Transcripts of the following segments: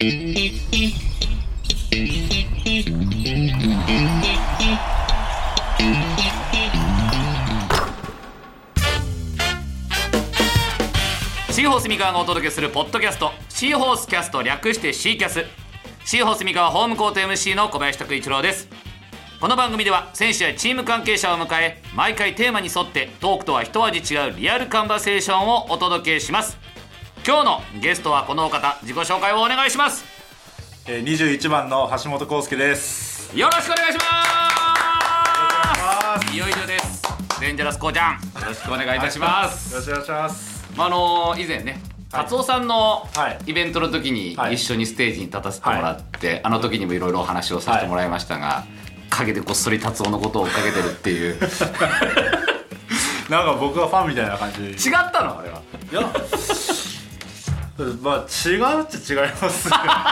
シーホース三河がお届けするポッドキャスト、シーホースキャスト、略してシーキャス。シーホース三河ホームコート MC の小林拓一郎です。この番組では選手やチーム関係者を迎え、毎回テーマに沿ってトークとは一味違うリアルカンバセーションをお届けします。今日のゲストはこのお方、自己紹介をお願いします。 21番の橋本康介です。 よろしくお願いします。いよいよです。デンジャラスコーちゃん、よろしくお願いいたします。 よろしくお願いします。 以前ね、達夫さんのイベントの時に一緒にステージに立たせてもらって、あの時にもいろいろお話をさせてもらいましたが、陰でこっそり達夫のことを追っかけてるっていうなんか僕がファンみたいな感じ。 違ったのあれは。 いやまあ違うっちゃ違います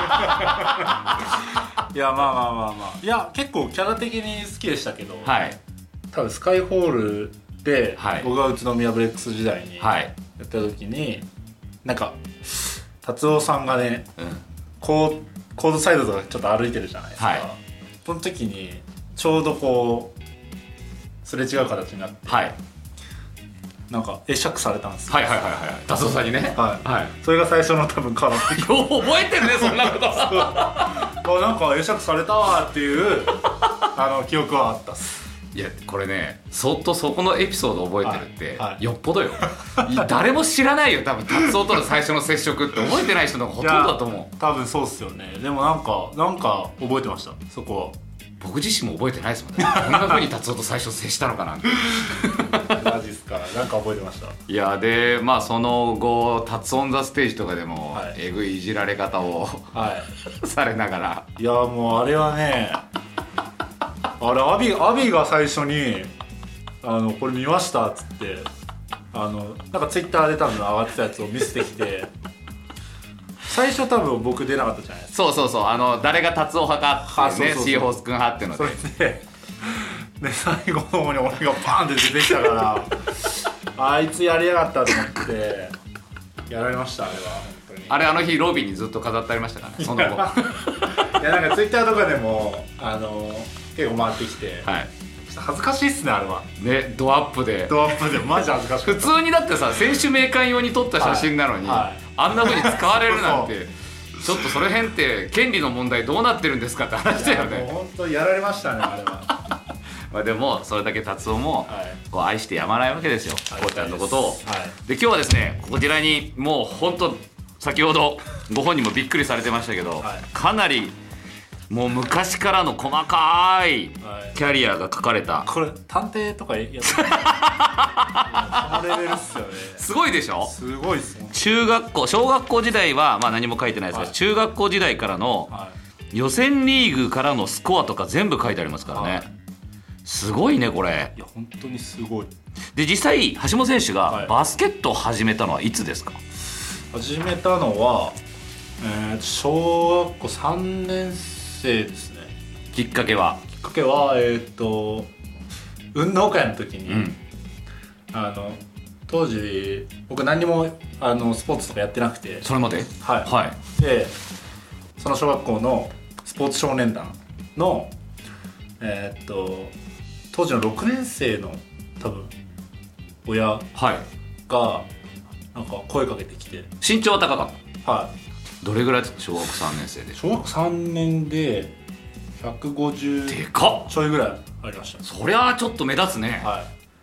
いやまあいや結構キャラ的に好きでしたけど、 はい、 多分スカイホールで、 はい、 僕が宇都宮ブレックス時代にやった時に、なんか達夫さんがね、コードサイドとかちょっと歩いてるじゃないですか、はい、その時にちょうどこうすれ違う形になって、はい、なんか会釈されたんですよ。 達夫さんにね、 はいはい、それが最初の多分カラー。 よう覚えてるねそんなことなんか会釈されたわっていう記憶はあったっす。 いやこれね、そっとそこのエピソード覚えてるって、 はいはい、 よっぽどよ誰も知らないよ多分、達夫との最初の接触って覚えてない人のほとんどだと思う。 多分そうっすよね。でもなんか覚えてました、そこは。 僕自身も覚えてないですもんねこんな風に達夫と最初接したのかなんてマジっすか。なんか覚えてました。 いやでまあその後達オンザステージとかでも、はい、えぐいいじられ方を、はい、されながら。 いやもうあれはねあれアビが最初にこれ見ましたっつってなんかツイッターで多分上がってたやつを見せてきて最初多分僕出なかったじゃないですか。 そう誰が達夫派かっていうね、シーホース君派っていうので、 それで最後の方に俺がパーンって出てきたからあいつやりやがったと思ってやられました。あれは本当に。 あの日ロビーにずっと飾ってありましたからねその後いやなんかツイッターとかでも結構回ってきて、はい、恥ずかしいっすねあれはね。ドアップでマジ恥ずかしかった。 普通にだってさ、選手名鑑用に撮った写真なのに、はいはい、あんな風に使われるなんてちょっとそれ辺って権利の問題どうなってるんですかって話だよね。 もう本当やられましたねあれはまあでもそれだけ達夫もこう愛してやまないわけですよ、こうちゃんのことを、はい、で今日はですねこちらにもう本当先ほどご本人もびっくりされてましたけど、はい、かなりもう昔からの細かいキャリアが書かれた、 これ探偵とかやってるそのレベルっすよね。 すごいでしょ。 すごいっすね。 小学校時代はまあ何も書いてないですが、はい、中学校時代からの予選リーグからのスコアとか全部書いてありますからね、はい、すごいねこれ。いや本当にすごい。 で実際橋本選手がバスケットを始めたのはいつですか？ 始めたのは、小学校3年生ですね。 きっかけは運動会の時に、当時僕何にもスポーツとかやってなくて、 それまで、 はい、はい、でその小学校のスポーツ少年団の当時の6年生の多分親が、なんか声かけてきて。 身長は高かった。 はい。 どれぐらい小学3年生で？ 小学3年で150 でかっちょいぐらいありました。 そりゃあちょっと目立つね。 はい。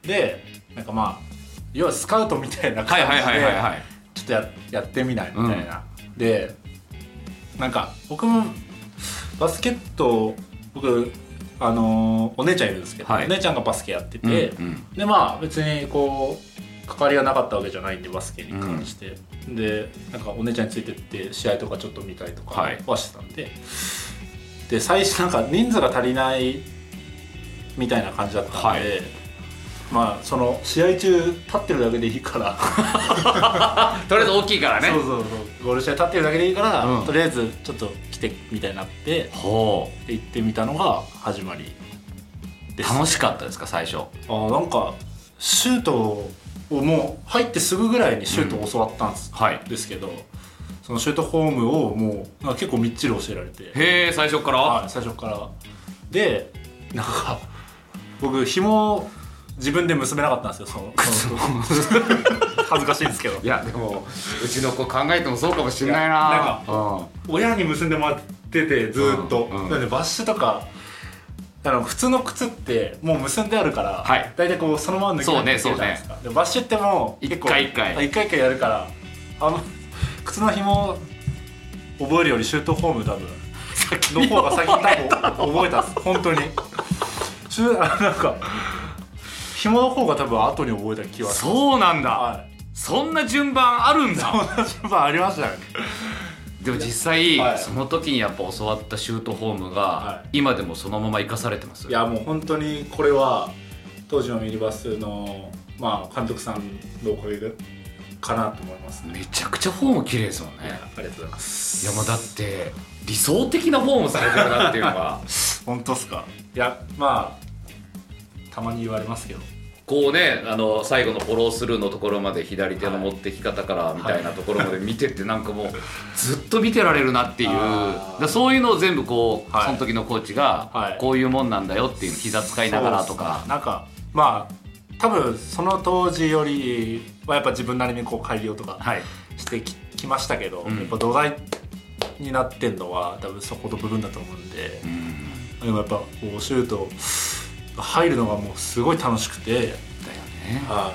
でなんかまあ要はスカウトみたいな感じでちょっとやってみないみたいな、でなんか僕もバスケット僕お姉ちゃんいるんですけど、はい、お姉ちゃんがバスケやってて、でまあ別にこう関わりがなかったわけじゃないんでバスケに関して、でなんかお姉ちゃんについてって試合とかちょっと見たりとかはしてたんで、で最初なんか人数が足りないみたいな感じだったんで、まあその試合中立ってるだけでいいからとりあえず大きいからね。 そうゴール試合立ってるだけでいいから、とりあえずちょっと来てみたいになって行ってみたのが始まりです。 楽しかったですか最初？ なんかシュートをもう入ってすぐぐらいにシュートを教わったんです、ですけど、 そのシュートフォームをもうなんか結構みっちり教えられて。 へえ、最初から。 はい、最初からでなんか僕紐自分で結べなかったんですよ、その恥ずかしいんですけど。 いやでもうちの子考えてもそうかもしれないな。 なんか、親に結んでもらっててずーっと、なんでバッシュとか普通の靴ってもう結んであるから、はい、大体こうそのまま抜けないといけないじゃないですか。でバッシュってもう結構一回やるから、靴の紐覚えるよりシュートフォーム多分の方が先に多分覚えたんです本当に。なんか紐の方が多分後に覚えた気は。 そうなんだ、 はい、 そんな順番あるんだ。 そんな順番ありましたね。 でも実際、 はい、 その時にやっぱ教わったシュートフォームが、はい、今でもそのまま生かされてます。 いやもう本当にこれは当時のミニバスの、監督さんのおかげかなと思います、ね。 めちゃくちゃフォーム綺麗ですもんね。 ありがとうございます。 いやもうだって理想的なフォームされてるなっていうのが本当っすか。いやたまに言われますけど、 こうね、最後のフォロースルーのところまで左手の持ってき方からみたいなところまで見てってなんかもうずっと見てられるなっていう、そういうのを全部こう、その時のコーチがこういうもんなんだよっていう膝使いながらとか、 なんか多分その当時よりはやっぱ自分なりにこう改良とかしてきましたけど、やっぱ土台になってんのは多分そこの部分だと思うんで、でもやっぱこうシュート入るのがもうすごい楽しくて、だよね。はい。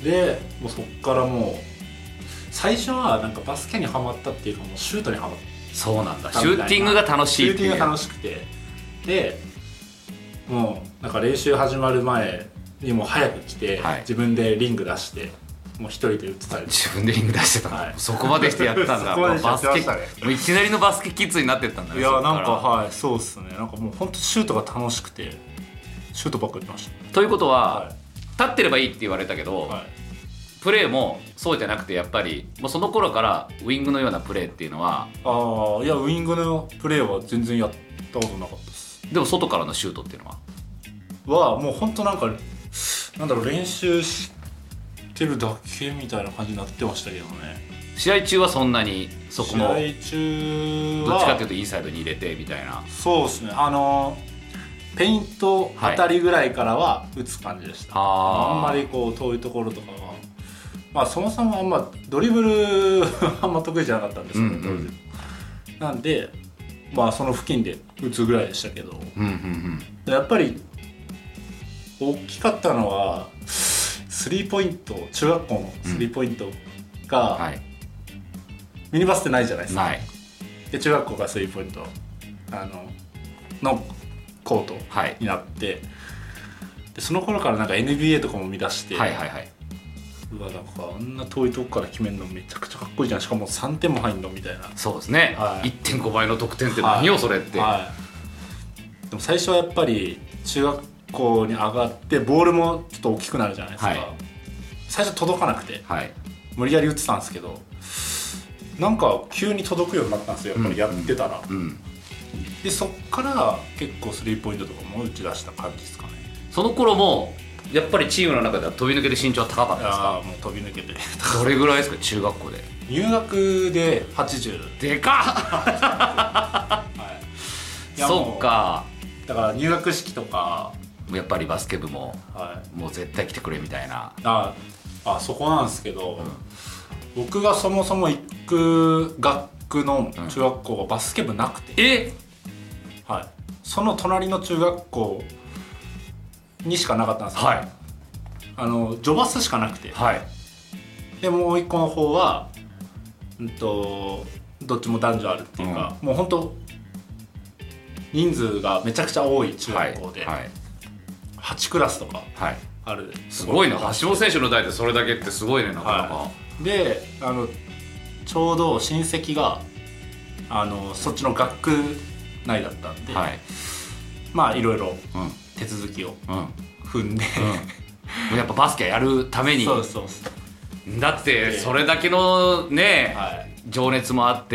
でもうそっからもう最初はなんかバスケにハマったっていうかもうシュートにハマった。 そうなんだ。シューティングが楽しいっていう。 シューティングが楽しくて、でもうなんか練習始まる前にもう早く来て、自分でリング出してもう一人で打ってたり。 自分でリング出してたんだ、そこまでしてやったんだ。バスケもういきなりのバスケキッズになってったんだね。 いやなんかそうっすね。なんかもう本当シュートが楽しくてシュートばっかりやってました。 ということは、立ってればいいって言われたけど、プレーもそうじゃなくてやっぱりもうその頃からウイングのようなプレーっていうのは。 いやウイングのプレーは全然やったことなかったです。 でも外からのシュートっていうのはもう本当なんかなんだろう、練習してるだけみたいな感じになってましたけどね。 試合中はそんなにそこも試合中はどっちかっていうとインサイドに入れてみたいな。 そうですね。ペイントあたりぐらいからは打つ感じでした。あんまりこう遠いところとかはそもそもあんまドリブルあんま得意じゃなかったんですけど、なんでその付近で打つぐらいでしたけど、やっぱり大きかったのはスリーポイント、中学校のスリーポイントが、ミニバスってないじゃないですか。で中学校がスリーポイントのコートになって、でその頃からなんか NBA とかも見出して、うわなんかあんな遠いとこから決めるのめちゃくちゃかっこいいじゃん、しかも3点も入んのみたいな。 そうですね、1.5 倍の得点って何よそれって。でも最初はやっぱり中学校に上がってボールもちょっと大きくなるじゃないですか。最初届かなくて、無理やり打ってたんですけど、なんか急に届くようになったんですよ、やっぱりやってたら。でそっから結構スリーポイントとかも打ち出した感じですかね。 その頃もやっぱりチームの中では飛び抜けて身長は高かったですか？ もう飛び抜けてどれぐらいですか、中学校で？ 入学で80。 でかっそっか。 だから入学式とかやっぱりバスケ部も、もう絶対来てくれみたいな。 そこなんですけど、僕がそもそも行く学区の中学校がバスケ部なくて、その隣の中学校にしかなかったんですよ。女バスしかなくて、でもう一個の方はどっちも男女あるっていうか、もう本当人数がめちゃくちゃ多い中学校で、8クラスとかある。 すごいな、橋本選手の代でそれだけってすごいね、なかなか。 でちょうど親戚がそっちの学区内だったんで、いろいろ手続きを踏んで、 やっぱバスケやるために。だってそれだけのね、情熱もあって、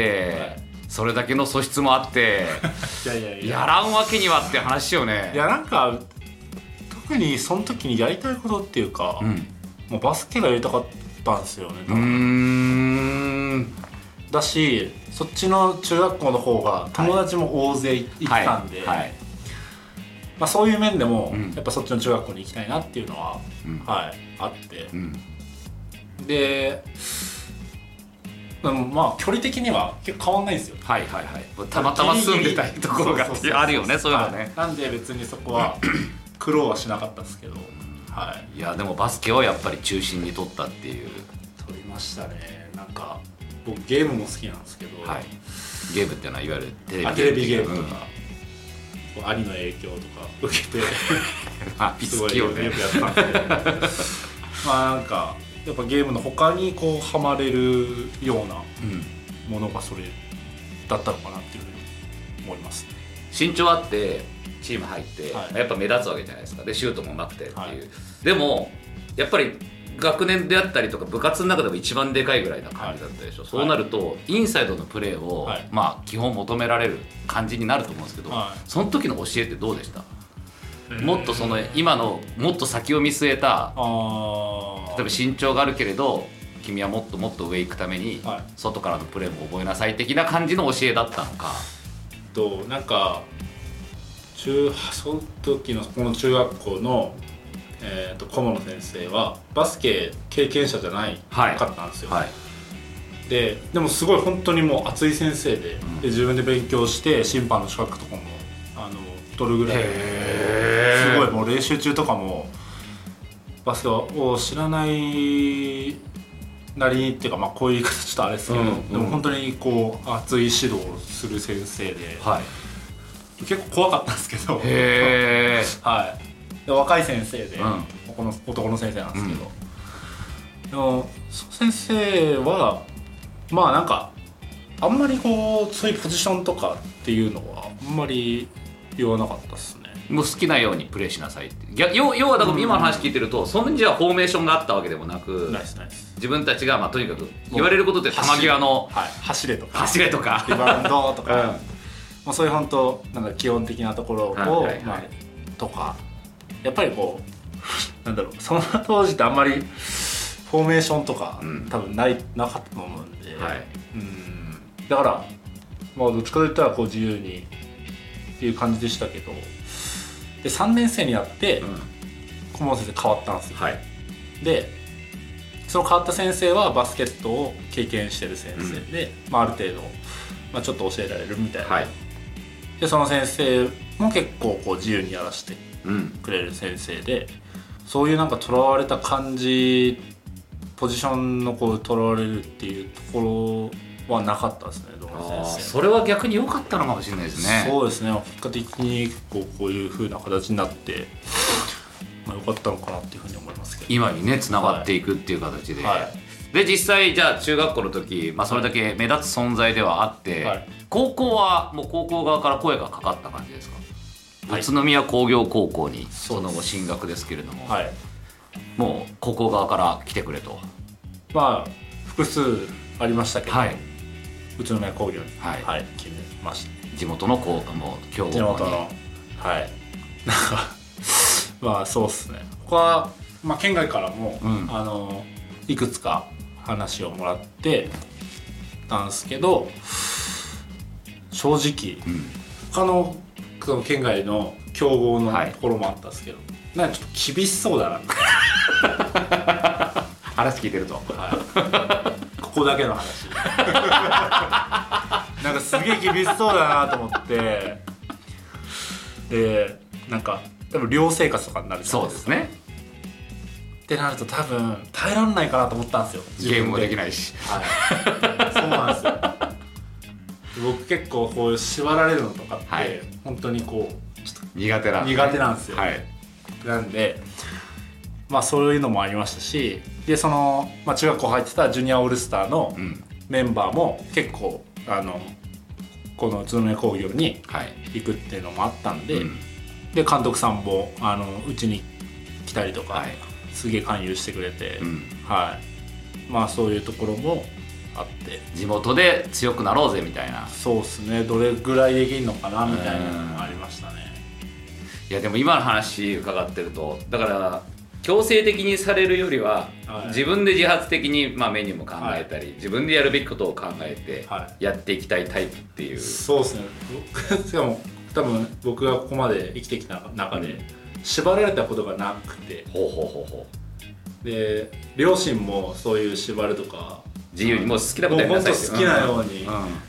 それだけの素質もあってやらんわけにはって話よね。 いやなんか特にその時にやりたいことっていうか、もうバスケがやりたかったんですよね。 だし、そっちの中学校の方が友達も大勢行ってたんで、まあ、そういう面でもやっぱそっちの中学校に行きたいなっていうのは、あって、でまあ距離的には結構変わんないんですよ。 たまたま住んでたところがあるよね、そういうのね。 なんで別にそこは苦労はしなかったですけど、 いやでもバスケはやっぱり中心に取ったっていう。 取りましたね。なんか僕ゲームも好きなんですけど、 ゲームっていうのはいわゆるテレビゲームとか、兄の影響とか受けてすごいよくやったんですけどまあなんかやっぱゲームの他にこうハマれるようなものがそれだったのかなっていうふうに思います。 身長あってチーム入って、やっぱ目立つわけじゃないですか。でシュートも上手くてっていう、でもやっぱり学年であったりとか部活の中でも一番でかいぐらいな感じだったでしょ。そうなるとインサイドのプレーを、まあ基本求められる感じになると思うんですけど、その時の教えってどうでした？もっとその今のもっと先を見据えた、例えば身長があるけれど君はもっともっと上行くために、外からのプレーも覚えなさい的な感じの教えだったのか。 なんかその時のこの中学校の顧問の先生はバスケ経験者じゃないかったんですよ。でもすごい本当にもう熱い先生で、自分で勉強して審判の資格とかも取るぐらいすごい、もう練習中とかもバスケを知らないなりにっていうか、まあこういう言い方ちょっとあれですけど、でも本当にこう熱い指導をする先生で、結構怖かったんですけどで若い先生で、この男の先生なんですけど、でもその先生はまあなんかあんまりこうそういうポジションとかっていうのはあんまり言わなかったですね。 もう好きなようにプレーしなさいって。要はだから今の話聞いてると、そんなにじゃあフォーメーションがあったわけでもなく、自分たちがまあとにかく言われることで球際の走れとかリバウンドとか、もうそういう本当なんか基本的なところをとか、やっぱりこうなんだろう、その当時ってあんまりフォーメーションとか多分なかったと思うんで、だからまあどっちかといったらこう自由にっていう感じでしたけど、で3年生になって顧問先生変わったんですよ。でその変わった先生はバスケットを経験してる先生で、ある程度、ちょっと教えられるみたいな、でその先生も結構こう自由にやらせてくれる先生で、そういうなんかとらわれた感じ、ポジションのこうとらわれるっていうところはなかったですね、どの先生。 それは逆に良かったのかもしれないですね。 そうですね、結果的にこういう風な形になって、良かったのかなっていうふうに思いますけど、 今にねつながっていくっていう形で、で実際じゃあ中学校の時、それだけ目立つ存在ではあって、高校はもう高校側から声がかかった感じですか？宇都宮工業高校にその後進学ですけれども、もう高校側から来てくれと。 複数ありましたけど、宇都宮工業に、決めました。 地元の高校も強豪校に。 地元のそうっすね。他は、県外からも、いくつか話をもらってたんですけど、正直、他のその県外の強豪のところもあったんですけど、なんかちょっと厳しそうだなみたいな話聞いてると、 ここだけの話なんかすげえ厳しそうだなと思って、でなんか多分寮生活とかになるじゃないですか。そうですね。ってなると多分耐えられないかなと思ったんですよ。 ゲームもできないし。 そうなんですよ。僕結構こう縛られるのとかって本当にこうちょっと苦手なんですよ。なんでそういうのもありましたし、でその、中学校入ってたジュニアオールスターのメンバーも結構この宇都宮工業に行くっていうのもあったんで、で監督さんもうちに来たりとか、すげえ勧誘してくれて、そういうところもあって、 地元で強くなろうぜみたいな。 そうですね、どれぐらいできるのかなみたいなのがありましたね。 いやでも今の話伺ってると、だから強制的にされるよりは、 はい、 自分で自発的に、メニューも考えたり、はい、自分でやるべきことを考えてやっていきたいタイプっていう、 そうですね。しかも多分僕がここまで生きてきた中で縛られたことがなくて、で両親もそういう縛るとか自由にもう好きなことやりなさいって、 もう本当好きなように、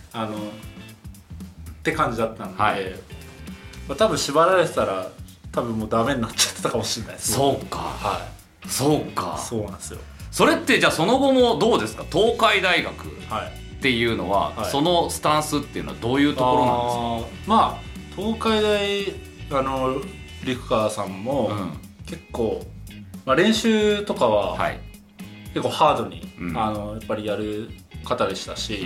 って感じだったんで、はい、多分縛られてたら多分もうダメになっちゃってたかもしれないです。 そうか、 はい、 そうか、 そうなんですよ。 それってじゃあその後もどうですか？東海大学っていうのは、はい、そのスタンスっていうのはどういうところなんですか？ 東海大陸川さんも、結構、練習とかは、はい、結構ハードに、やっぱりやる方でしたし、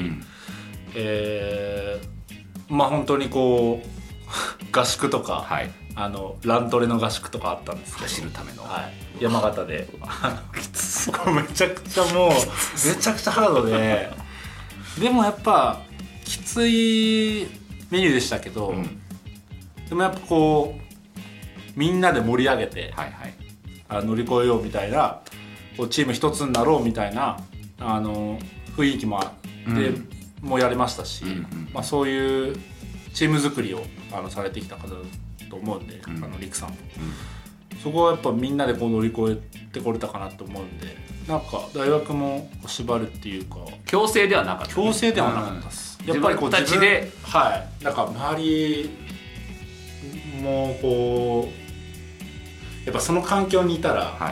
本当にこう合宿とか、はい、ラントレの合宿とかあったんですけど、 走るための、 はい、山形でめちゃくちゃもうめちゃくちゃハードででもやっぱきついメニューでしたけど、でもやっぱこうみんなで盛り上げて、はいはい、乗り越えようみたいな、こうチーム一つになろうみたいな雰囲気もあって、もうやれましたし、そういうチーム作りをされてきた方だと思うんで、陸さんも、そこはやっぱみんなでこう乗り越えてこれたかなと思うんで、なんか大学も縛るっていうか強制ではなかった、 強制ではなかったです、 やっぱりこう自分で、 はい、なんか周りもこうやっぱその環境にいたら、はい、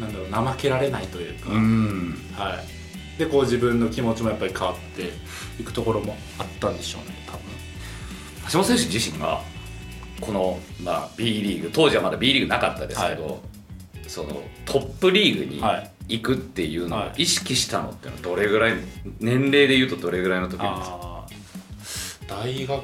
なんだろう、怠けられないというか、はい、でこう自分の気持ちもやっぱり変わっていくところもあったんでしょうね、多分。 橋本選手自身がこの、B リーグ、当時はまだ B リーグなかったですけど、はい、そのトップリーグに行くっていうのを意識したのってのはどれぐらい、年齢でいうとどれぐらいの時なんですか？ 大学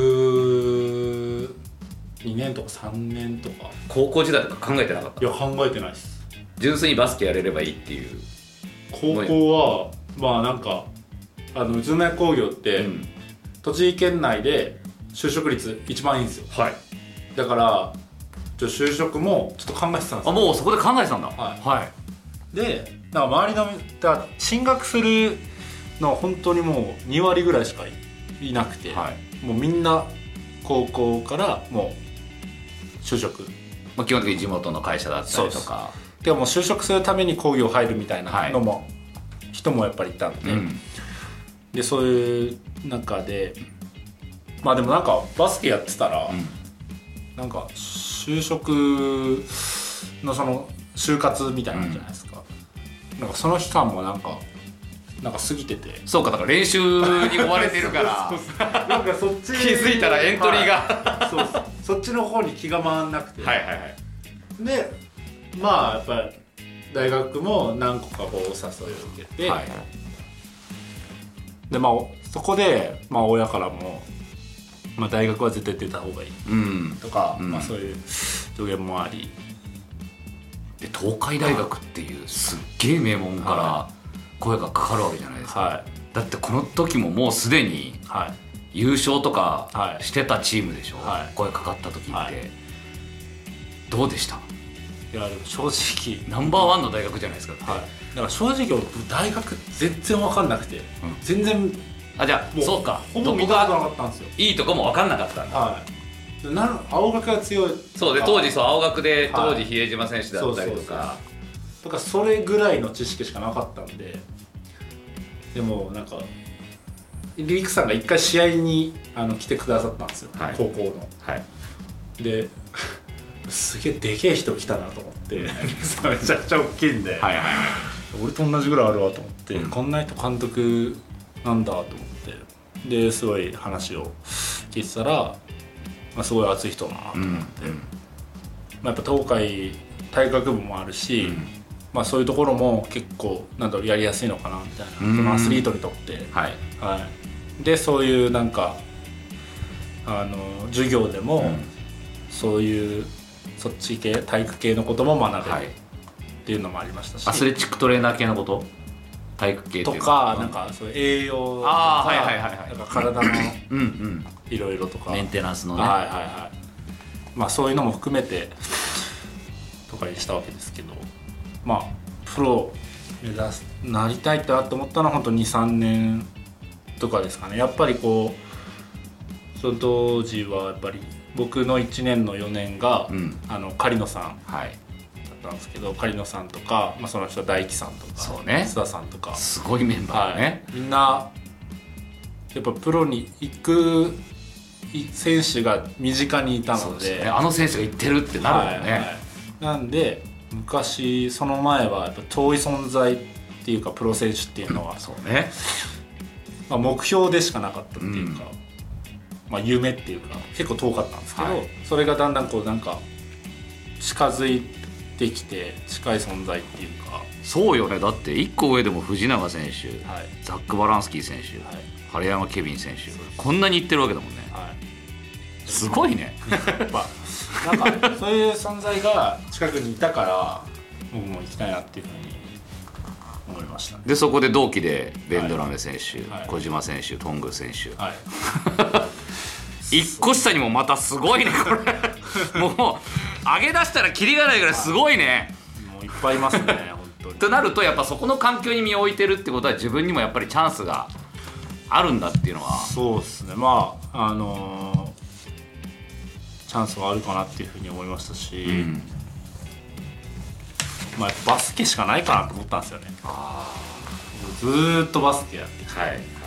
2年とか3年とか。 高校時代とか考えてなかった？ いや、考えてないです。 純粋にバスケやれればいいっていう。 高校はなんか宇都宮工業って、栃木県内で就職率一番いいんですよ。はい。だから就職もちょっと考えてたんですよ。 もうそこで考えてたんだ。 はい。はい、でなんか周りの進学するのは本当にもう2割ぐらいしかいなくて、はい、もうみんな高校からもう就職、 基本的に地元の会社だったりとか、 でも就職するために工業入るみたいなのも、人もやっぱりいたんで、でそういう中ででもなんかバスケやってたら、なんか就職のその就活みたいなんじゃないですか、なんかその期間もなんか過ぎてて、 そうか、だから練習に追われてるからなんかそっち気づいたらエントリーが、 はい、そっちの方に気が回んなくて、 はいはいはい、 でやっぱり大学も何個かこうお誘いを受けて、はい、でそこで親からも、大学は絶対出た方がいいとか、そういう助言もありで、東海大学っていうすっげえ名門から声がかかるわけじゃないですか、はい、だってこの時ももうすでに優勝とかしてたチームでしょ、はい、声かかった時って、はい、どうでした？ いやでも正直ナンバーワンの大学じゃないですか、 はい、だから正直大学全然分かんなくて、全然じゃあそうか、 ほぼ見たことなかったんですよ。 いいとこも分かんなかったんだ、 はい、青学が強い。 そうで、当時青学で当時比江島選手だったりとか、 とかそれぐらいの知識しかなかったんで、でもなんかリークさんが一回試合に来てくださったんですよ、はい、高校の、はい、ですげえでけえ人来たなと思ってめちゃくちゃ大きいんで、はいはいはい、俺と同じぐらいあるわと思って、こんな人監督なんだと思って、ですごい話を聞いてたら、すごい熱い人だなと思って、やっぱ東海体育学部もあるし、そういうところも結構やりやすいのかなみたいな、そのアスリートにとって、はいはい、でそういうなんか授業でも、そういうそっち系体育系のことも学べるっていうのもありましたし、 アスレチックトレーナー系のこと、体育系っていうのとか、なんかそういう栄養とか、はいはいはいはい、なんか体のいろいろとかメンテナンスのね、 はいはいはい、そういうのも含めてとかかにしたわけですけど、まあプロ目指すなりたいってなって思ったのは本当 2,3 年とかですかね。やっぱりこうその当時はやっぱり僕の1年の4年が、狩野さんだったんですけど、狩野さんとか、その人大樹さんとかそうね、 須田さんとかすごいメンバーだね、 みんなやっぱプロに行く選手が身近にいたの で、 あの選手が行ってるってなるよね、 なんで昔その前はやっぱ遠い存在っていうかプロ選手っていうのはそうね、 目標でしかなかったっていうか、夢っていうか結構遠かったんですけど、それがだんだんこうなんか近づいてきて近い存在っていうか。 そうよね、だって1個上でも藤永選手、ザック・バランスキー選手、晴山ケビン選手、こんなにいってるわけだもんね、すごいねやっぱなんかそういう存在が近くにいたから僕も行きたいなっていうふうに思いました、ね、 でそこで同期でベンドラメ選手、小島選手、トング選手、一個下にもまたすごいねこれもう上げ出したらキリがないぐらいすごいね、 もういっぱいいますね本当にとなるとやっぱそこの環境に身を置いてるってことは自分にもやっぱりチャンスがあるんだっていうのは。 そうですね、チャンスはあるかなっていうふうに思いましたし、バスケしかないかなと思ったんですよね。ずーっとバスケやってきて、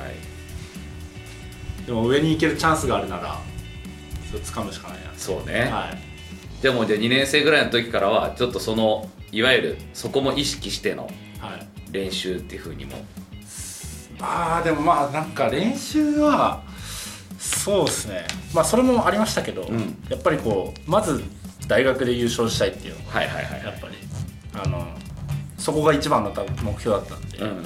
でも上に行けるチャンスがあるならそれを掴むしかないな。 そうね、でもじゃあ2年生ぐらいの時からはちょっとそのいわゆるそこも意識しての練習っていう風にも、 でもなんか練習はそうですね、それもありましたけど、やっぱりこうまず大学で優勝したいっていうのがやっぱりそこが一番の目標だったんで、で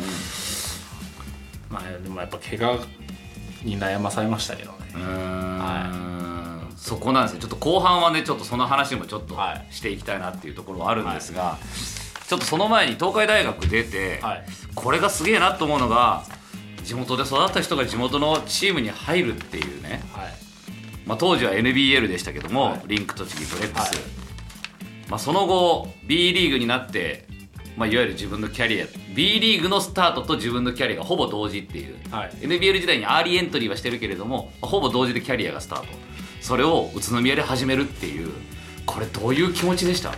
もやっぱ怪我に悩まされましたけどね。 そこなんですね。ちょっと後半はねちょっとその話もちょっとしていきたいなっていうところはあるんですが、ちょっとその前に東海大学出て、これがすげえなと思うのが地元で育った人が地元のチームに入るっていうね、当時は NBL でしたけども、リンク栃木ブレックス、その後 B リーグになって、いわゆる自分のキャリア B リーグのスタートと自分のキャリアがほぼ同時っていう、NBL 時代にアーリーエントリーはしてるけれどもほぼ同時でキャリアがスタート、それを宇都宮で始めるっていう、これどういう気持ちでした？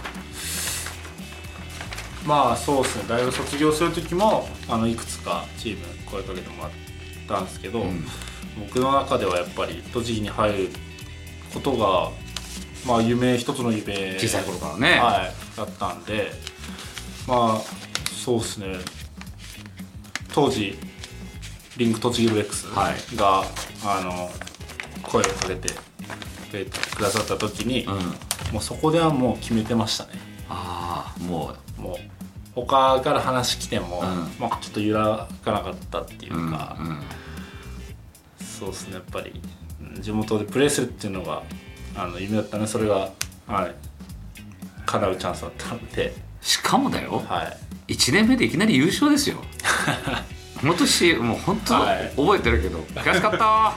そうですね、大学卒業する時もいくつかチーム声かけてもらったんですけど、僕の中ではやっぱり栃木に入ることが一つの夢、 小さい頃からね、 だったんで、そうですね、当時リンク栃木ブレックスが、声をかけてくださった時に、もうそこではもう決めてましたね。もう他から話来ても、ちょっと揺らがなかったっていうか、そうですね、やっぱり地元でプレーするっていうのが夢だったね。それが叶うチャンスだったので。 しかもだよ、1年目でいきなり優勝ですよこの年もう本当、覚えてるけど悔しか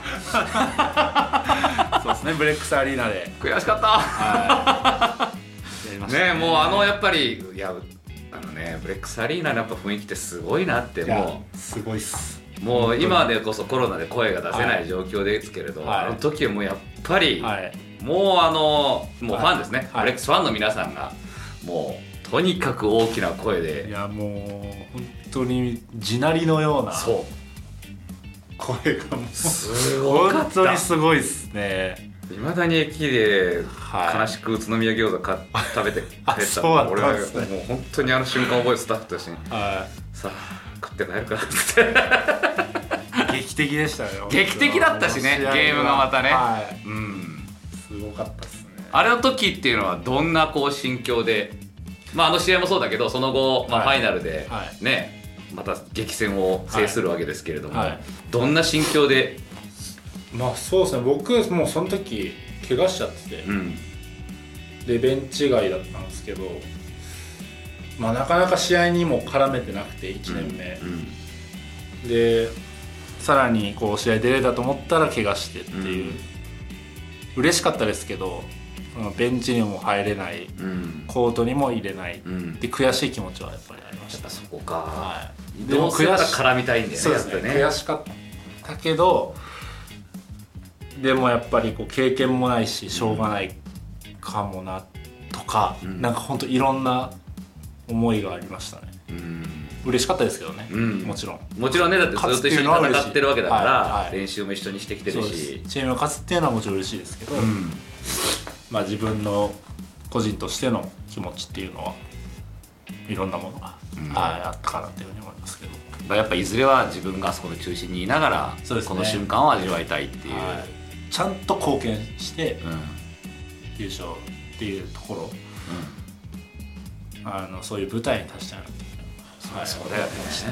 ったそうですね、ブレックスアリーナで悔しかったね。もうやっぱりブレックスアリーナのやっぱ雰囲気ってすごいなって。もうすごいっす。 もう今でこそコロナで声が出せない状況ですけれど、あの時はもうやっぱり、もうファンですね、ブレックスファンの皆さんがもうとにかく大きな声で、 もう本当に地鳴りのような声がもうすごかった。 本当にすごいっすね。 いまだに駅で悲しく宇都宮餃子食べて帰ったの、俺はもう本当にあの瞬間覚えて、スタッフと一緒にさあ食って帰るかって劇的でしたね。 劇的だったしね、ゲームがまたね、 すごかったっすね。 あれの時っていうのはどんな心境で、あの試合もそうだけどその後、ファイナルでね、また激戦を制するわけですけれども、どんな心境で？ そうですね、僕もうその時怪我しちゃってて、でベンチ外だったんですけど、なかなか試合にも絡めてなくて1年目、でさらに試合出れたと思ったら怪我してっていう、嬉しかったですけど、 ベンチにも入れない、コートにも入れない、で悔しい気持ちはやっぱりありました。 やっぱそこか、 はい、 でも悔しから絡みたいんだよね。 そうですね、悔しかったけど、でもやっぱりこう経験もないししょうがないかもなとか、なんかほんといろんな思いがありましたね。嬉しかったですけどね、もちろんね。だってずっと一緒に戦ってるわけだから、練習も一緒にしてきてるし、 チームが勝つっていうのはもちろん嬉しいですけど、まあ自分の個人としての気持ちっていうのはいろんなものが、あったかなっていうふうに思いますけど、 やっぱいずれは自分があそこの中心にいながら、この瞬間を味わいたいっていう、 ちゃんと貢献して、優勝っていうところ、そういう舞台に立ちたいなっていうそうだよね。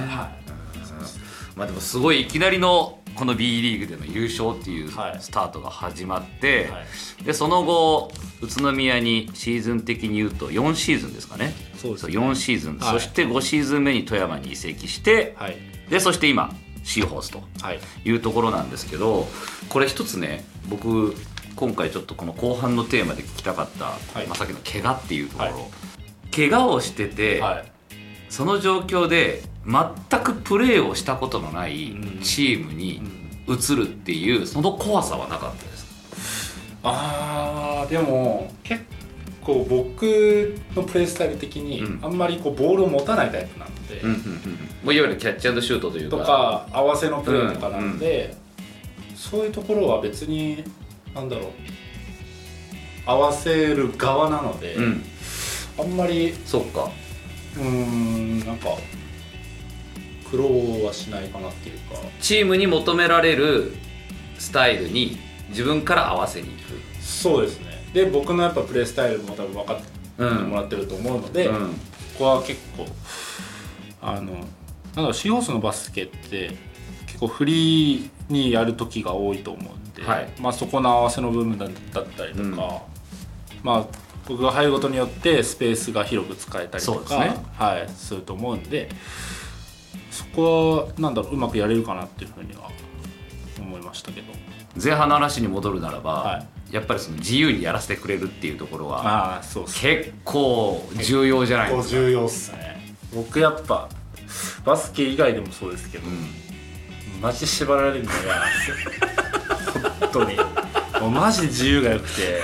まあでもすごいいきなりのこの B リーグでの優勝っていうスタートが始まって、でその後宇都宮にシーズン的に言うと4シーズンですかね。そうですね、4シーズン、そして5シーズン目に富山に移籍して、でそして今シーホースというところなんですけど、これ一つね、僕今回ちょっとこの後半のテーマで聞きたかった、さっきの怪我っていうところ、怪我をしてて、その状況で全くプレーをしたことのないチームに移るっていうその怖さはなかったですか？ でも結構僕のプレースタイル的にあんまりこうボールを持たないタイプなので、 いわゆるキャッチ&シュートというかとか合わせのプレーとかなので、そういうところは別になんだろう、合わせる側なので、あんまりそうか、 なんか苦労はしないかなっていうか、 チームに求められるスタイルに自分から合わせにいく。 そうですね。で僕のやっぱプレースタイルも多分分かってもらってると思うので、ここは結構なんだろう、シーホースのバスケって結構フリーにやる時が多いと思うんで、まあそこの合わせの部分だったりとか、まあ僕が入ることによってスペースが広く使えたりとか、すると思うんで、そこはなんだろう、うまくやれるかなっていうふうには思いましたけど。 前半の話に戻るならば、やっぱりその自由にやらせてくれるっていうところは結構重要じゃないですか。 結構重要っすね。僕やっぱバスケ以外でもそうですけど、マジ縛られるの嫌なんですよ本当にもうマジで自由が良くて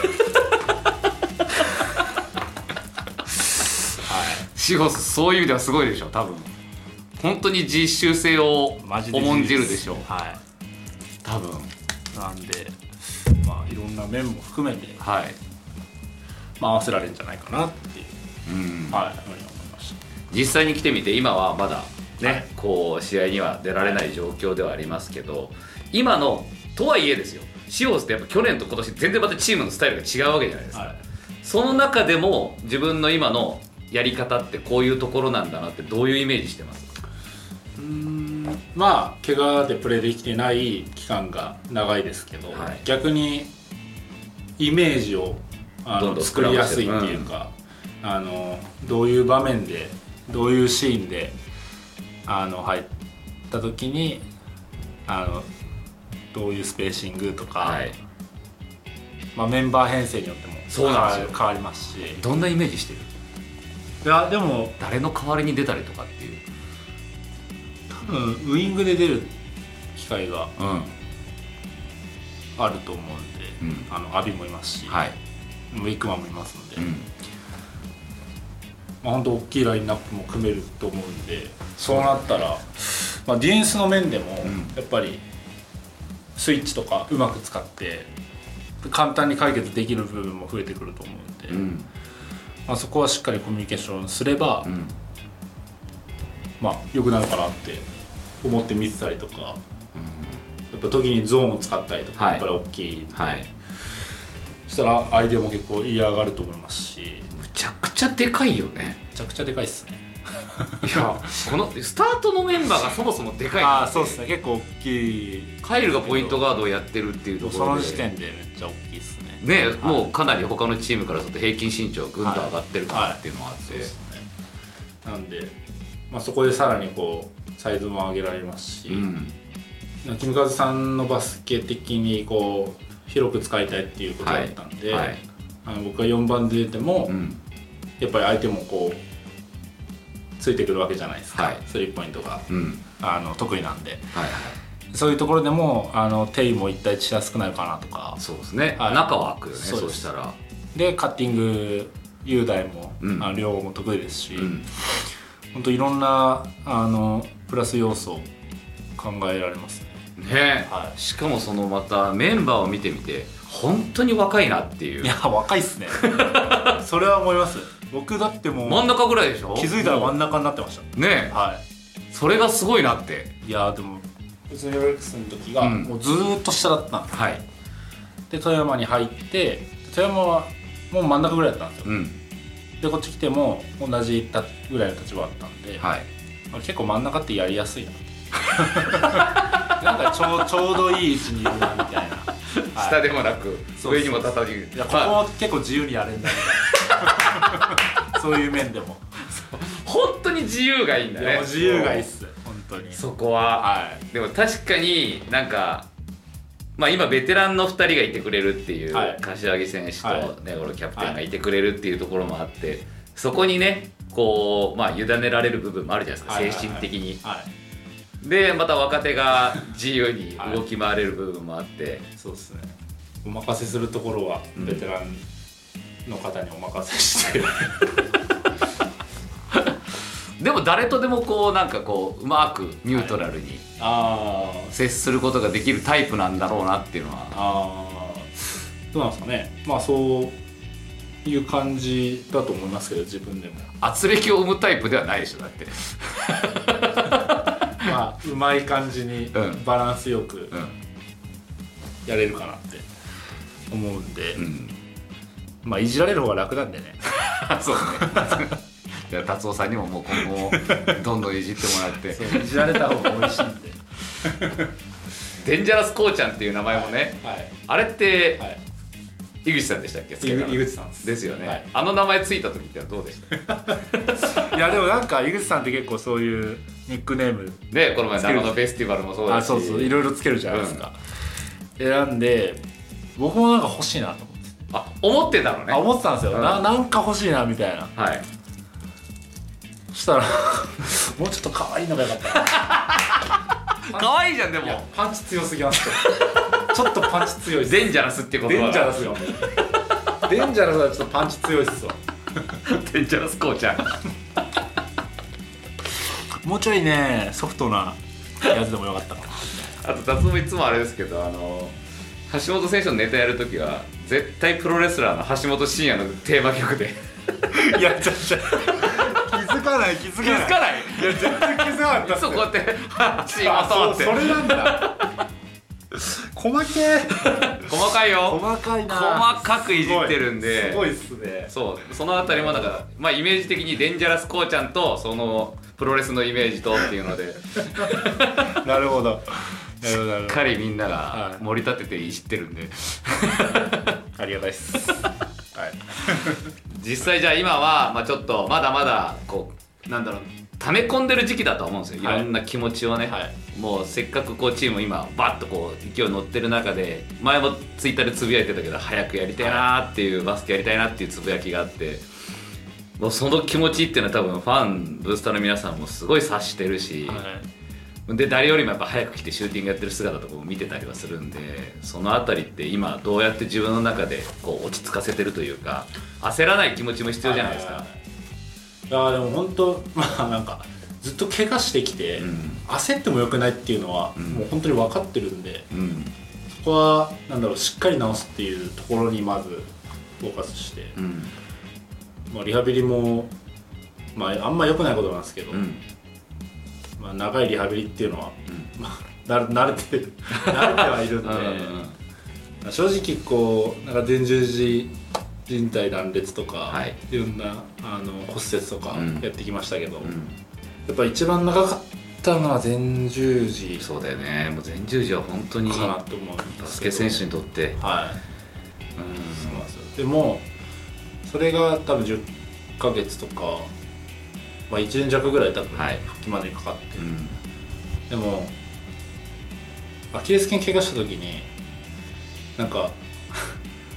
シーホースそういう意味ではすごいでしょ。多分本当に実習性を重んじるでしょ。多分なんで、まあいろんな面も含めて、まあ合わせられるんじゃないかなっていうふうに思いました。 実際に来てみて、今はまだね、こう試合には出られない状況ではありますけど、今のとはいえですよ、シーホースってやっぱ去年と今年全然またチームのスタイルが違うわけじゃないですか。その中でも自分の今のやり方ってこういうところなんだなってどういうイメージしてますか？ まあ怪我でプレーできてない期間が長いですけど、逆にイメージを作りやすいっていうか、どういう場面でどういうシーンで入った時にどういうスペーシングとか、まあ、メンバー編成によっても変わりますし。 どんなイメージしてる？ いやでも誰の代わりに出たりとかっていう、 多分ウイングで出る機会があると思うんで、アビもいますし、ウィックマンもいますので、まあ、本当大きいラインナップも組めると思うんで、そうなったら、まあ、ディフェンスの面でもやっぱりスイッチとかうまく使って簡単に解決できる部分も増えてくると思うんで、まあ、そこはしっかりコミュニケーションすれば、まあ良くなるかなって思って見てたりとか、やっぱ時にゾーンを使ったりとか、やっぱり大きい、そしたら相手も結構嫌がると思いますし。 むちゃくちゃでかいよね。 めちゃくちゃでかいっすねいやこのスタートのメンバーがそもそもでかい。 そうですね、結構大きい。 カイルがポイントガードをやってるっていうところで、 その時点でめっちゃ大きいっすね。 もうかなり他のチームからすると平均身長がぐんと上がってるかなっていうのがあって、 なんで、まあ、そこでさらにこうサイズも上げられますし、キムカズさんのバスケ的にこう広く使いたいっていうことだったんで、 僕が4番で出ても、 うん、 やっぱり相手もこうついてくるわけじゃないですか、 はい、 スリーポイントが、 うん、 得意なんで、 はいはい、 そういうところでもテイも一体しやすくなるかなとか。 そうですね、はい、中は開くよね。そうしたらでカッティング雄大も、 うん、 量も得意ですし、 うん、 本当いろんなプラス要素考えられますね、はい、しかもそのまたメンバーを見てみて本当に若いなっていう。 いや若いっすねそれは思います。僕だってもう真ん中ぐらいでしょ。 気づいたら真ん中になってましたね。 はい、 それがすごいなって。 いやでも宇都宮ブレックスの時がもうずーっと下だったんです、 はい、 で富山に入って富山はもう真ん中ぐらいだったんですよ、うん、でこっち来ても同じぐらいの立場だったんで、はい、結構真ん中ってやりやすいななんかちょうどいい位置にいるなみたいな下でもなく上にも立たずに、 いやここは結構自由にやれんだみたいなそういう面でも本当に自由がいいんだね。いやもう自由がいいっす本当にそこは、はい、でも確かになんかまあ今ベテランの2人がいてくれるっていう、はい、柏木選手と根室キャプテンがいてくれるっていうところもあって、はい、そこにねこうまあ委ねられる部分もあるじゃないですか、はい、精神的に、はい、でまた若手が自由に動き回れる部分もあって、はい、 そうですね。お任せするところはベテランの方にお任せして、 でも誰とでもこうなんかこううまくニュートラルに接することができるタイプなんだろうなっていうのは。 どうなんですかね。まあそういう感じだと思いますけど自分でも。 圧力を生むタイプではないでしょだって。 まあうまい感じにバランスよくやれるかなって思うんで、うん、まあいじられる方が楽なんでね。 そうね。じゃあ達夫さんにももう今後もどんどんいじってもらっていじられた方が美味しいんでデンジャラスこうちゃんっていう名前もね、はいはい、あれって、はい、井口さんでしたっけ。 井口さんですよね、はい、あの名前ついた時ってどうでしたいやでもなんか井口さんって結構そういうニックネームでこの前長野フェスティバルもそうだし、 そうそういろいろつけるじゃないですか、うん、選んで僕もなんか欲しいなと思って。 思ってたのね。 思ってたんですよ、うん、なんか欲しいなみたいな。はい。そしたらもうちょっと可愛いのがよかったな。 可愛いじゃん。でもパンチ強すぎますちょっとパンチ強いです。 デンジャラスってことはデンジャラスよデンジャラスはちょっとパンチ強いですわデンジャラスこうちゃんもうちょいねソフトなやつでもよかったかな。 あと達夫いつもあれですけど橋本選手のネタやるときは絶対プロレスラーの橋本真也のテーマ曲でいや気づかないいや全然気づかなかったっすよ。 いつもこうやって橋本ってそれなんだ細かいよ。 細かいな。細かくいじってるんで。 すごいっすね。 そのあたりもだからまあイメージ的にデンジャラスこうちゃんとそのプロレスのイメージとっていうのでなるほどしっかりみんなが盛り立てていじってるんでありがたいっす、はい、 実際じゃあ今は、まあ、ちょっとまだまだこうなんだろう溜め込んでる時期だと思うんですよ、いろんな気持ちをね、はい、もうせっかくこうチーム今バッとこう勢い乗ってる中で前もツイッターでつぶやいてたけど早くやりたいなっていう、バスケやりたいなっていうつぶやきがあって、もうその気持ちっていうのは多分ファンブースターの皆さんもすごい察してるし、はい、で誰よりもやっぱ早く来てシューティングやってる姿とかも見てたりはするんで、そのあたりって今どうやって自分の中でこう落ち着かせてるというか、焦らない気持ちも必要じゃないですか。 いやでも本当まあなんかずっと怪我してきて、焦ってもよくないっていうのはもう本当に分かってるんで、そこはなんだろうしっかり治すっていうところにまずフォーカスして、まあ、リハビリも、まあ、あんま良くないことなんですけど、まあ、長いリハビリっていうのは、まあ、慣れてはいるんで正直こうなんか前十字靭帯断裂とか、はい、いろんな骨折とかやってきましたけど、やっぱ一番長かったのは前十字。 そうだよね、もう前十字は本当にかなと思うバスケ選手にとって、 はい、そうなんですよ。でもそれが多分10ヶ月とか、まあ、1年弱ぐらい多分復帰までにかかって、でもアキレス腱怪我した時になんか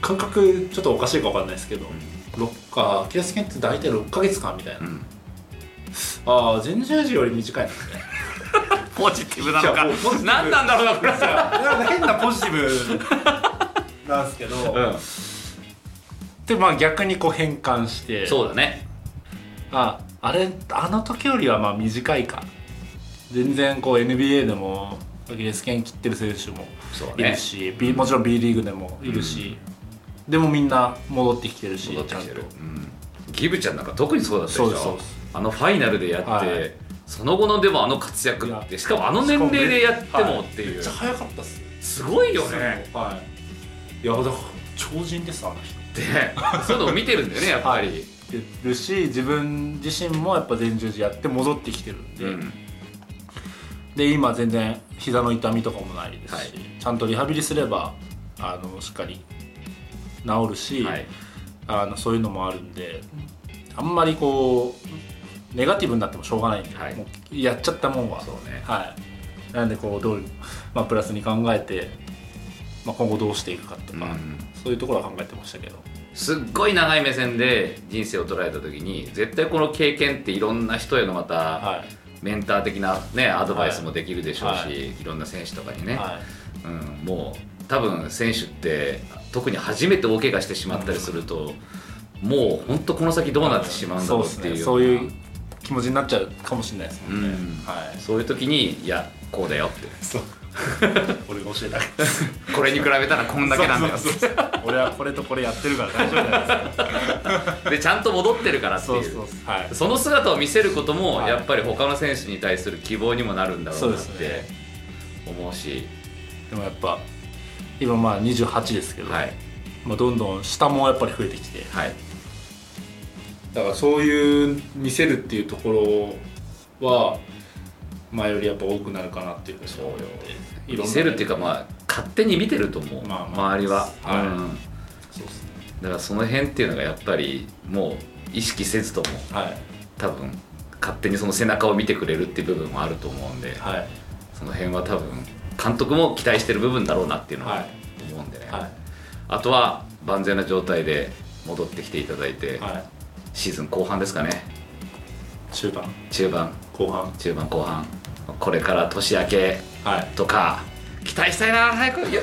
感覚ちょっとおかしいか分かんないですけど、アキレス腱って大体6ヶ月間みたいな、ああ前十字より短いなみたいなポジティブなのか何なんだろうなこれ。 なんか変なポジティブなんですけど、でまあ逆にこう変換して、 そうだね、 あの時よりはまあ短いか、全然こう NBA でもアキレス腱切ってる選手もいるし、もちろん B リーグでもいるし、でもみんな戻ってきてるし、 戻ってきてる、ギブちゃんなんか特にそうだったでしょ。あのファイナルでやって、その後のでもあの活躍って、しかもあの年齢でやってもっていう、 めっちゃ早かったっす。 すごいよね。 いやだから超人です、あの人でそういうのを見てるんだよねやっぱり。 るし、自分自身もやっぱ前十字やって戻ってきてるんで、で今全然膝の痛みとかもないですし、ちゃんとリハビリすればしっかり治るし、そういうのもあるんで、あんまりこうネガティブになってもしょうがないんで、もうやっちゃったもんはそうね、なんでこうどう、プラスに考えて、今後どうしていくかとか、そういうところは考えてましたけど、 すっごい長い目線で人生を捉えた時に絶対この経験っていろんな人へのまた、メンター的な、ね、アドバイスもできるでしょうし、いろんな選手とかにね、もう多分選手って特に初めて大怪我してしまったりすると、もう本当この先どうなってしまうんだろうっていう、 そういう気持ちになっちゃうかもしれないですもんね。 そういう時にいやこうだよって俺が教えたこれに比べたらこんだけなんだよ俺はこれとこれやってるから大丈夫じゃないですかでちゃんと戻ってるからっていう、その姿を見せることもやっぱり他の選手に対する希望にもなるんだろうなって思うし、 でもやっぱ今28ですけど、どんどん下もやっぱり増えてきて、だからそういう見せるっていうところは前よりやっぱ多くなるかなっていう。 そうよ、見せるっていうか勝手に見てると思う、周りは。そうですね。だからその辺っていうのがやっぱりもう意識せずとも、多分勝手にその背中を見てくれるっていう部分もあると思うんで、その辺は多分監督も期待してる部分だろうなっていうのは思うんでね、あとは万全な状態で戻ってきていただいて、シーズン後半ですかね、 中盤後半これから年明けとか、期待したいな。早く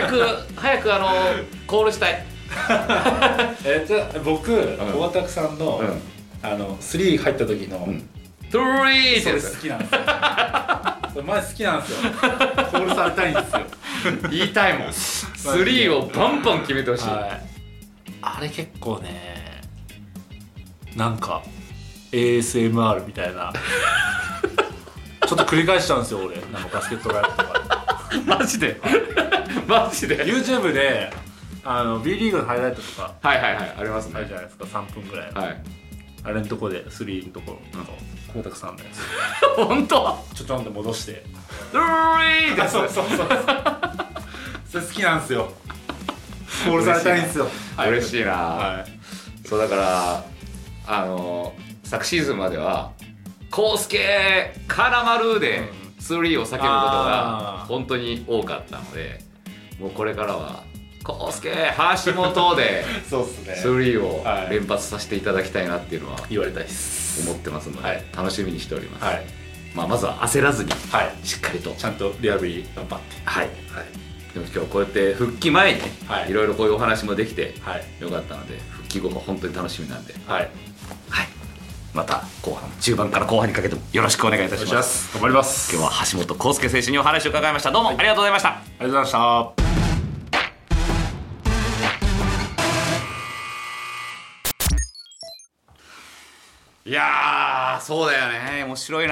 コールしたいじゃあ僕大田さんの3入った時のトゥリーって好きなんですよそれ前好きなんですよコールされたいんですよ言いたいもん3をバンバン決めてほしい。 あれ結構ね、なんか ASMR みたいなちょっと繰り返しちゃうんですよ俺、なんかバスケットライブとかマジでマジで YouTube でB リーグのハイライトとかありますね、 あるじゃないですか、3分ぐらい、あれのとこで3のところ光沢さんのやつ本当ちょっとなんで戻して 3ってそうそれ好きなんですよ、コールされたいんですよ。 嬉しいな、そうだから昨シーズンまではコウスケカラマルーで3を叫ぶことが本当に多かったので、もうこれからはコウスケ橋本で3を連発させていただきたいなっていうのは言われたいです思ってますので、楽しみにしております。まずは焦らずにしっかりとちゃんとリハビリ頑張って、 でも今日こうやって復帰前にいろいろこういうお話もできてよかったので、復帰後も本当に楽しみなんで、また後半、中盤から後半にかけてもよろしくお願いいたします。 頑張ります。 今日は橋本康介選手にお話を伺いました。どうもありがとうございました。 ありがとうございました。 いやそうだよね、面白い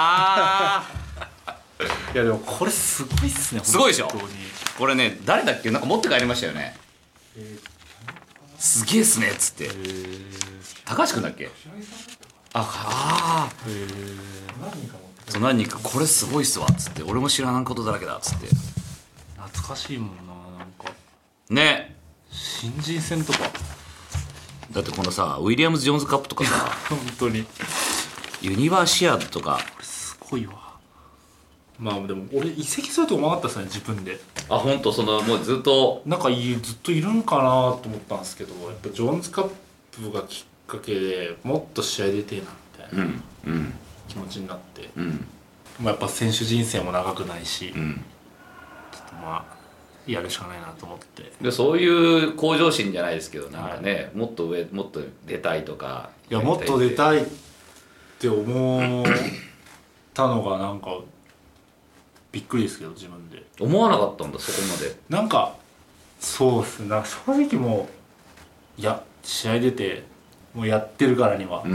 ないやでもこれすごいっすね。 すごいでしょ。これね、誰だっけ、なんか持って帰りましたよね。すげえっすねっつって、高橋君だっけ。そう、何人かこれすごいっすわっつって、俺も知らんことだらけだっつって。 懐かしいもんな、なんかね、 新人戦とかだってこのさ、ウィリアムズ・ジョーンズカップとかさ本当にユニバーシアードとか、 これすごいわ。 まあでも俺移籍すると思わなかったですね自分で。 あ、本当もうずっとなんかずっといるんかなと思ったんですけど、やっぱジョーンズカップがきっかけでもっと試合出てえなみたいな気持ちになって、まあ、やっぱ選手人生も長くないし、ちょっとまあやるしかないなと思って。 でそういう向上心じゃないですけど、なんかね、もっと出たいとか、 いやもっと出たいって思ったのがなんかびっくりですけど、自分で思わなかったんだ、そこまで。 なんかそうっすね、正直もういや試合出てもうやってるからには、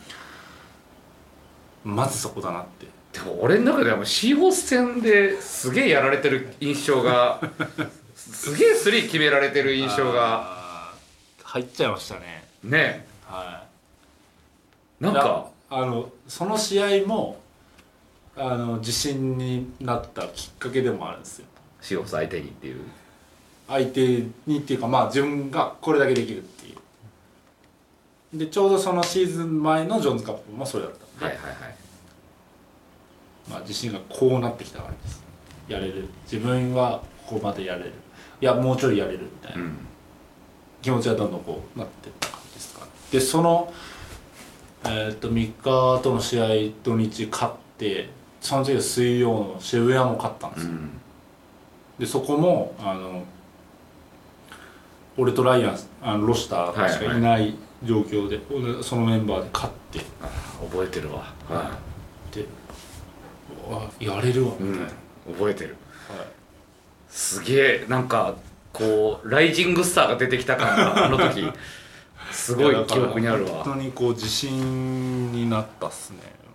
まずそこだなって。 でも俺の中ではもうシーホース戦ですげえやられてる印象がすげえスリー決められてる印象が入っちゃいましたね。 ね。 はい。 なんかその試合も自信になったきっかけでもあるんですよ。 シーホース相手にっていう。 相手にっていうか、まあ自分がこれだけできるっていう。でちょうどそのシーズン前のジョーンズカップもそれだったんで、まあ自信がこうなってきた感じです。やれる、自分はここまでやれる、いやもうちょいやれるみたいな、気持ちがどんどんこうなっていった感じですかね。でその3日との試合土日勝って、その次は水曜の渋谷も勝ったんですよ、でそこも俺とライアンロシターしかいない状況で、そのメンバーで勝って、 覚えてるわ。 でやれるわみたいな、 覚えてる。すげえなんかこうライジングスターが出てきた感があの時すごい記憶にあるわ。 本当にこう自信になったっすね。